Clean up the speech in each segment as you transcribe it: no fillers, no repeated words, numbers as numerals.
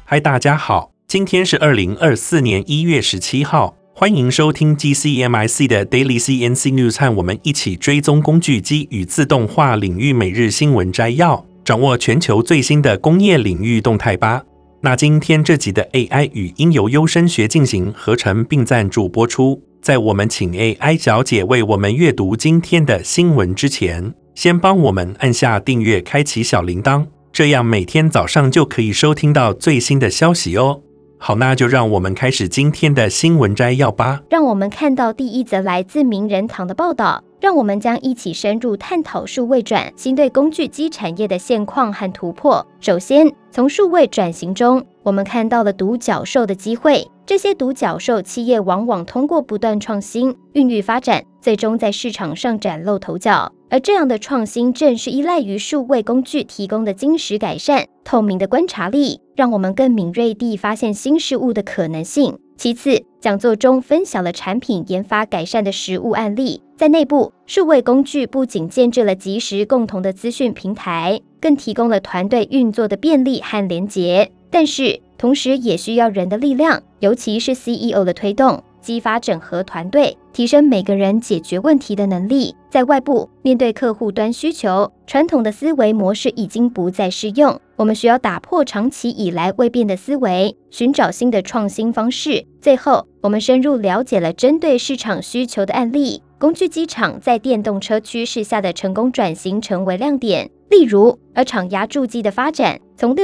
嗨，大家好，今天是2024年1月17号，欢迎收听 GCMIC 的 Daily CNC News， 和我们一起追踪工具机与自动化领域每日新闻摘要，掌握全球最新的工业领域动态吧。那今天这集的 AI 语音由优声学进行合成并赞助播出。在我们请 AI 小姐为我们阅读今天的新闻之前，先帮我们按下订阅，开启小铃铛，这样每天早上就可以收听到最新的消息哦。好，那就让我们开始今天的新闻摘要吧。 让我们看到第一则来自名人堂的报道，让我们将一起深入探讨数位转型对工具机产业的现况和突破。首先，从数位转型中，我们看到了独角兽的机会。这些独角兽企业往往通过不断创新、孕育发展，最终在市场上崭露头角。而这样的创新正是依赖于数位工具提供的精实改善、透明的观察力，让我们更敏锐地发现新事物的可能性。其次，讲座中分享了产品研发改善的实务案例。在内部，数位工具不仅建置了即时共同的资讯平台，更提供了团队运作的便利和连结。但是，同时也需要人的力量，尤其是 CEO 的推动，激发整合团队，提升每个人解决问题的能力。在外部，面对客户端需求，传统的思维模式已经不再适用，我们需要打破长期以来未变的思维，寻找新的创新方式。最后，我们深入了解了针对市场需求的案例，工具机厂在电动车趋势下的成功转型成为亮点。例如，而厂压铸机的发展从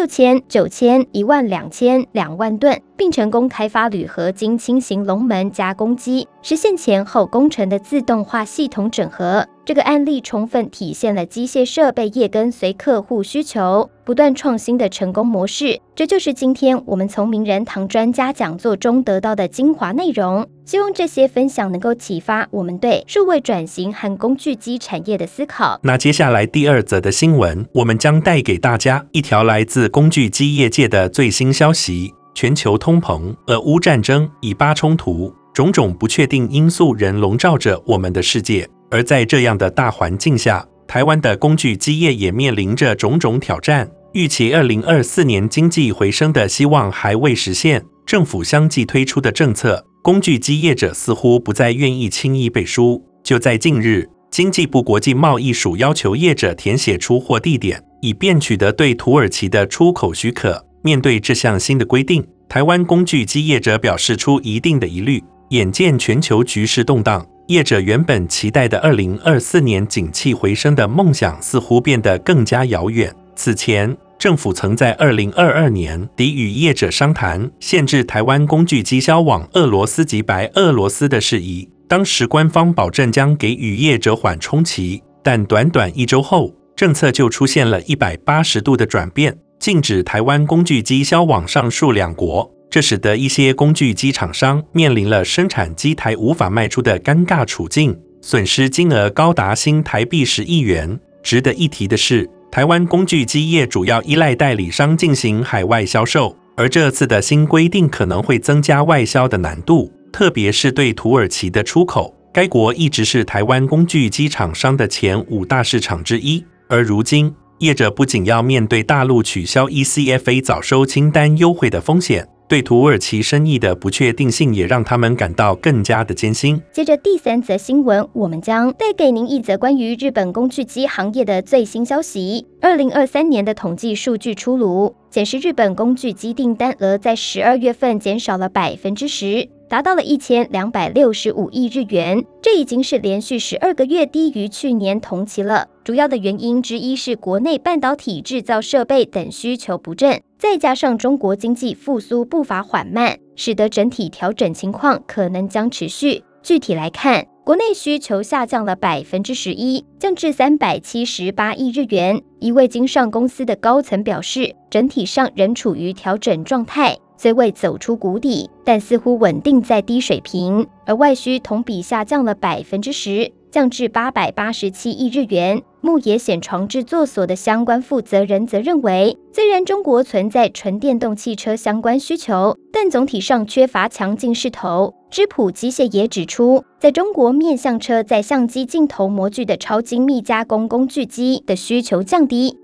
6000、9000、12000、2万吨，并成功开发铝合金轻型龙门加工机，实现前后工程的自动化系统整合。这个案例充分体现了机械设备业跟随客户需求不断创新的成功模式。这就是今天我们从名人堂专家讲座中得到的精华内容。希望这些分享能够启发我们对数位转型和工具机产业的思考。 那接下来第二则的新闻，我们将带给大家一条来自工具机业界的最新消息：全球通膨、俄乌战争、以巴冲突，种种不确定因素仍笼罩着我们的世界。而在这样的大环境下，台湾的工具机业也面临着种种挑战。预期2024年经济回升的希望还未实现，政府相继推出的政策，工具机业者似乎不再愿意轻易背书。就在近日，经济部国际贸易署要求业者填写出货地点，以便取得对土耳其的出口许可。面对这项新的规定，台湾工具机业者表示出一定的疑虑。眼见全球局势动荡，业者原本期待的2024年景气回升的梦想似乎变得更加遥远。此前，政府曾在2022年底与业者商谈限制台湾工具机销往俄罗斯及白俄罗斯的事宜，当时官方保证将给予业者缓冲期，但短短1周后，政策就出现了180度的转变，禁止台湾工具机销往上述两国。这使得一些工具机厂商面临了生产机台无法卖出的尴尬处境，损失金额高达新台币10亿元。值得一提的是，台湾工具机业主要依赖代理商进行海外销售，而这次的新规定可能会增加外销的难度，特别是对土耳其的出口。该国一直是台湾工具机厂商的前5大市场之一，而如今业者不仅要面对大陆取消 ECFA 早收清单优惠的风险，对土耳其生意的不确定性也让他们感到更加的艰辛。 接着第三则新闻，我们将带给您一则关于日本工具机行业的最新消息。2023年的统计数据出炉，显示日本工具机订单额在12月份减少了10%，达到了1265亿日元，这已经是连续12个月低于去年同期了。主要的原因之一是国内半导体制造设备等需求不振，再加上中国经济复苏步伐缓慢，使得整体调整情况可能将持续。具体来看，国内需求下降了11%，降至378亿日元。一位经上公司的高层表示，整体上仍处于调整状态，虽未走出谷底，但似乎稳定在低水平。而外需同比下降了10%，降至887亿日元。牧野显床制作所的相关负责人则认为，虽然中国存在纯电动汽车相关需求，但总体上缺乏强劲势头。知谱机械也指出，在中国面向车载相机镜头模具的超精密加工工具机的需求降低，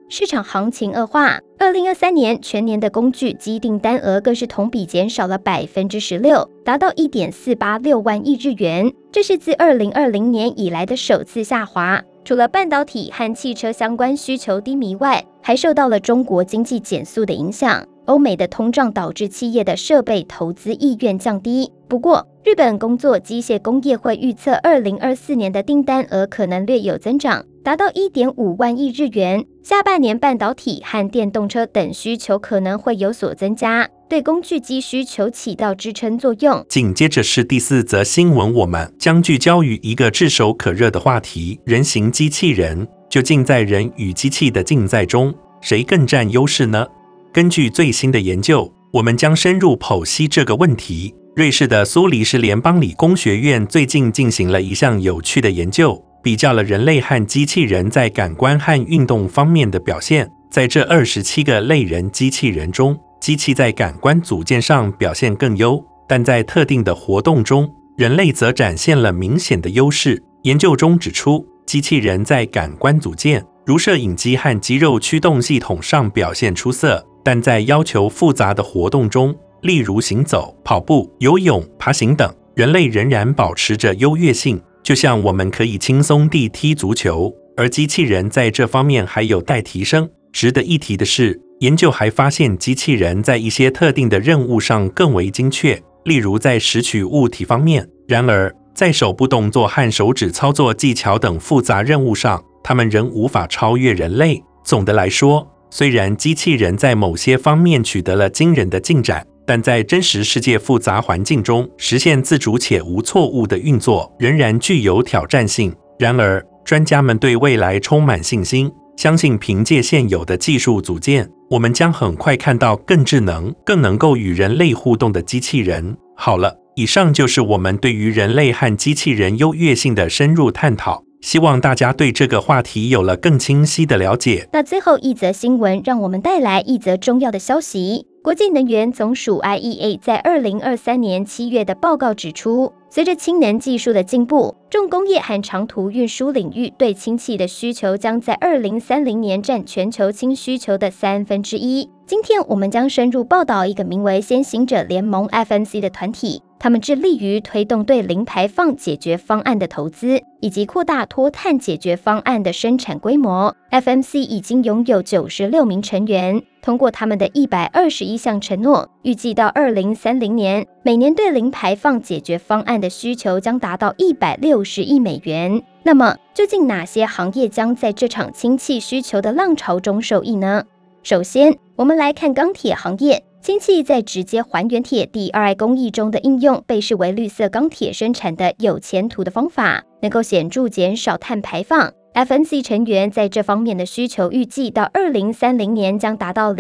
市场行情恶化。2023年全年的工具机订单额更是同比减少了16%，达到1.486万亿日元，这是自2020年以来的首次下滑。除了半导体和汽车相关需求低迷外，还受到了中国经济减速的影响。欧美的通胀导致企业的设备投资意愿降低。不过，日本工作机械工业会预测2024年的订单额可能略有增长，达到1.5万亿日元。下半年半导体和电动车等需求可能会有所增加，对工具机需求起到支撑作用。 紧接着是第4则新闻，我们将聚焦于一个炙手可热的话题：人形机器人。究竟在人与机器的竞赛中，谁更占优势呢？根据最新的研究，我们将深入剖析这个问题。瑞士的苏黎世联邦理工学院最近进行了一项有趣的研究，比较了人类和机器人在感官和运动方面的表现。在这27个类人机器人中，机器在感官组件上表现更优，但在特定的活动中，人类则展现了明显的优势。研究中指出，机器人在感官组件，如摄影机和肌肉驱动系统上表现出色，但在要求复杂的活动中，例如行走、跑步、游泳、爬行等，人类仍然保持着优越性。就像我们可以轻松地踢足球，而机器人在这方面还有待提升。值得一提的是，研究还发现机器人在一些特定的任务上更为精确，例如在拾取物体方面。然而，在手部动作和手指操作技巧等复杂任务上，它们仍无法超越人类。总的来说，虽然机器人在某些方面取得了惊人的进展，但在真实世界复杂环境中实现自主且无错误的运作仍然具有挑战性。然而，专家们对未来充满信心，相信凭借现有的技术组件，我们将很快看到更智能、更能够与人类互动的机器人。好了，以上就是我们对于人类和机器人优越性的深入探讨。希望大家对这个话题有了更清晰的了解。 那最后一则新闻，让我们带来一则重要的消息。国际能源总署 IEA 在2023年7月的报告指出，随着氢能技术的进步，重工业和长途运输领域对氢气的需求将在2030年占全球氢需求的1/3。今天我们将深入报道一个名为先行者联盟 FMC 的团体，他们致力于推动对零排放解决方案的投资，以及扩大脱碳解决方案的生产规模。FMC 已经拥有96名成员，通过他们的121项承诺，预计到2030年，每年对零排放解决方案的需求将达到160亿美元。那么，究竟哪些行业将在这场氢气需求的浪潮中受益呢？首先，我们来看钢铁行业。氢气在直接还原铁 DRI 工艺中的应用，被视为绿色钢铁生产的有前途的方法，能够显著减少碳排放。FMC 成员在这方面的需求预计到2030年将达到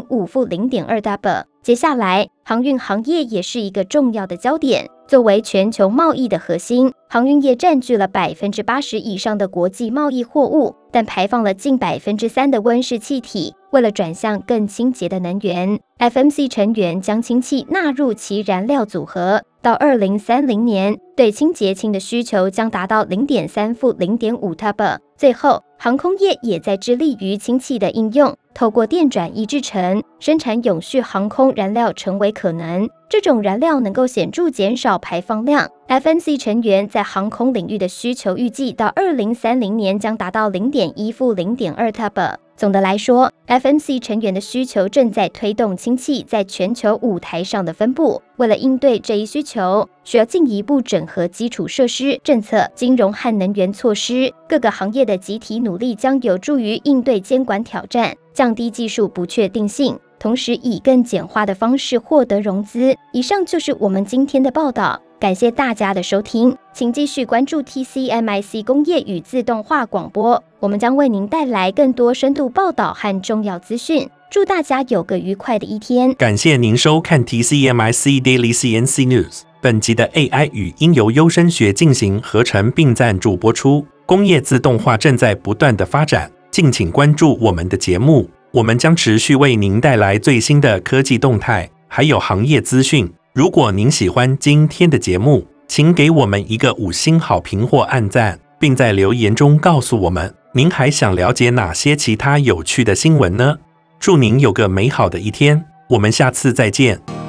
0.05-0.2 W。接下来，航运行业也是一个重要的焦点。作为全球贸易的核心，航运业占据了80%以上的国际贸易货物，但排放了近3%的温室气体。为了转向更清洁的能源， FMC 成员将氢气纳入其燃料组合。到2030年，对清洁氢的需求将达到 0.3-0.5 W。最后，航空业也在致力于氢气的应用，透过电转移制成，生产永续航空燃料成为可能。这种燃料能够显著减少排放量。FMC 成员在航空领域的需求预计到2030年将达到 0.1-0.2 W。总的来说， FMC 成员的需求正在推动氢气在全球舞台上的分布。为了应对这一需求，需要进一步整合基础设施、政策、金融和能源措施。各个行业的集体努力将有助于应对监管挑战，降低技术不确定性，同时以更简化的方式获得融资。以上就是我们今天的报道，感谢大家的收听，请继续关注 TCMIC 工业与自动化广播，我们将为您带来更多深度报道和重要资讯。祝大家有个愉快的一天。 感谢您收看 TCMIC Daily CNC News。本集的 AI 语音由优声学进行合成并赞助播出。工业自动化正在不断的发展，敬请关注我们的节目，我们将持续为您带来最新的科技动态，还有行业资讯。如果您喜欢今天的节目，请给我们一个5星好评或按赞，并在留言中告诉我们您还想了解哪些其他有趣的新闻呢？祝您有个美好的一天，我们下次再见。